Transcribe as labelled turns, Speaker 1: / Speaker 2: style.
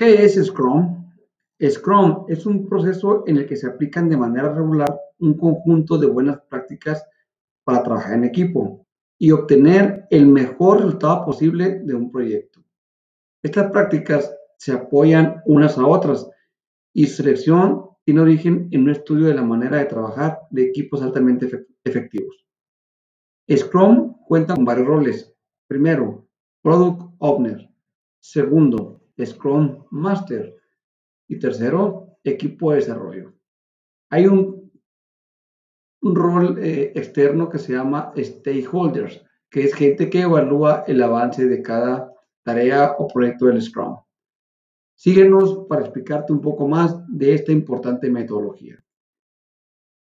Speaker 1: ¿Qué es Scrum? Scrum es un proceso en el que se aplican de manera regular un conjunto de buenas prácticas para trabajar en equipo y obtener el mejor resultado posible de un proyecto. Estas prácticas se apoyan unas a otras y su selección tiene origen en un estudio de la manera de trabajar de equipos altamente efectivos. Scrum cuenta con varios roles. Primero, Product Owner. Segundo, Scrum Master. Y tercero, equipo de desarrollo. Hay un rol externo que se llama Stakeholders, que es gente que evalúa el avance de cada tarea o proyecto del Scrum. Síguenos para explicarte un poco más de esta importante metodología.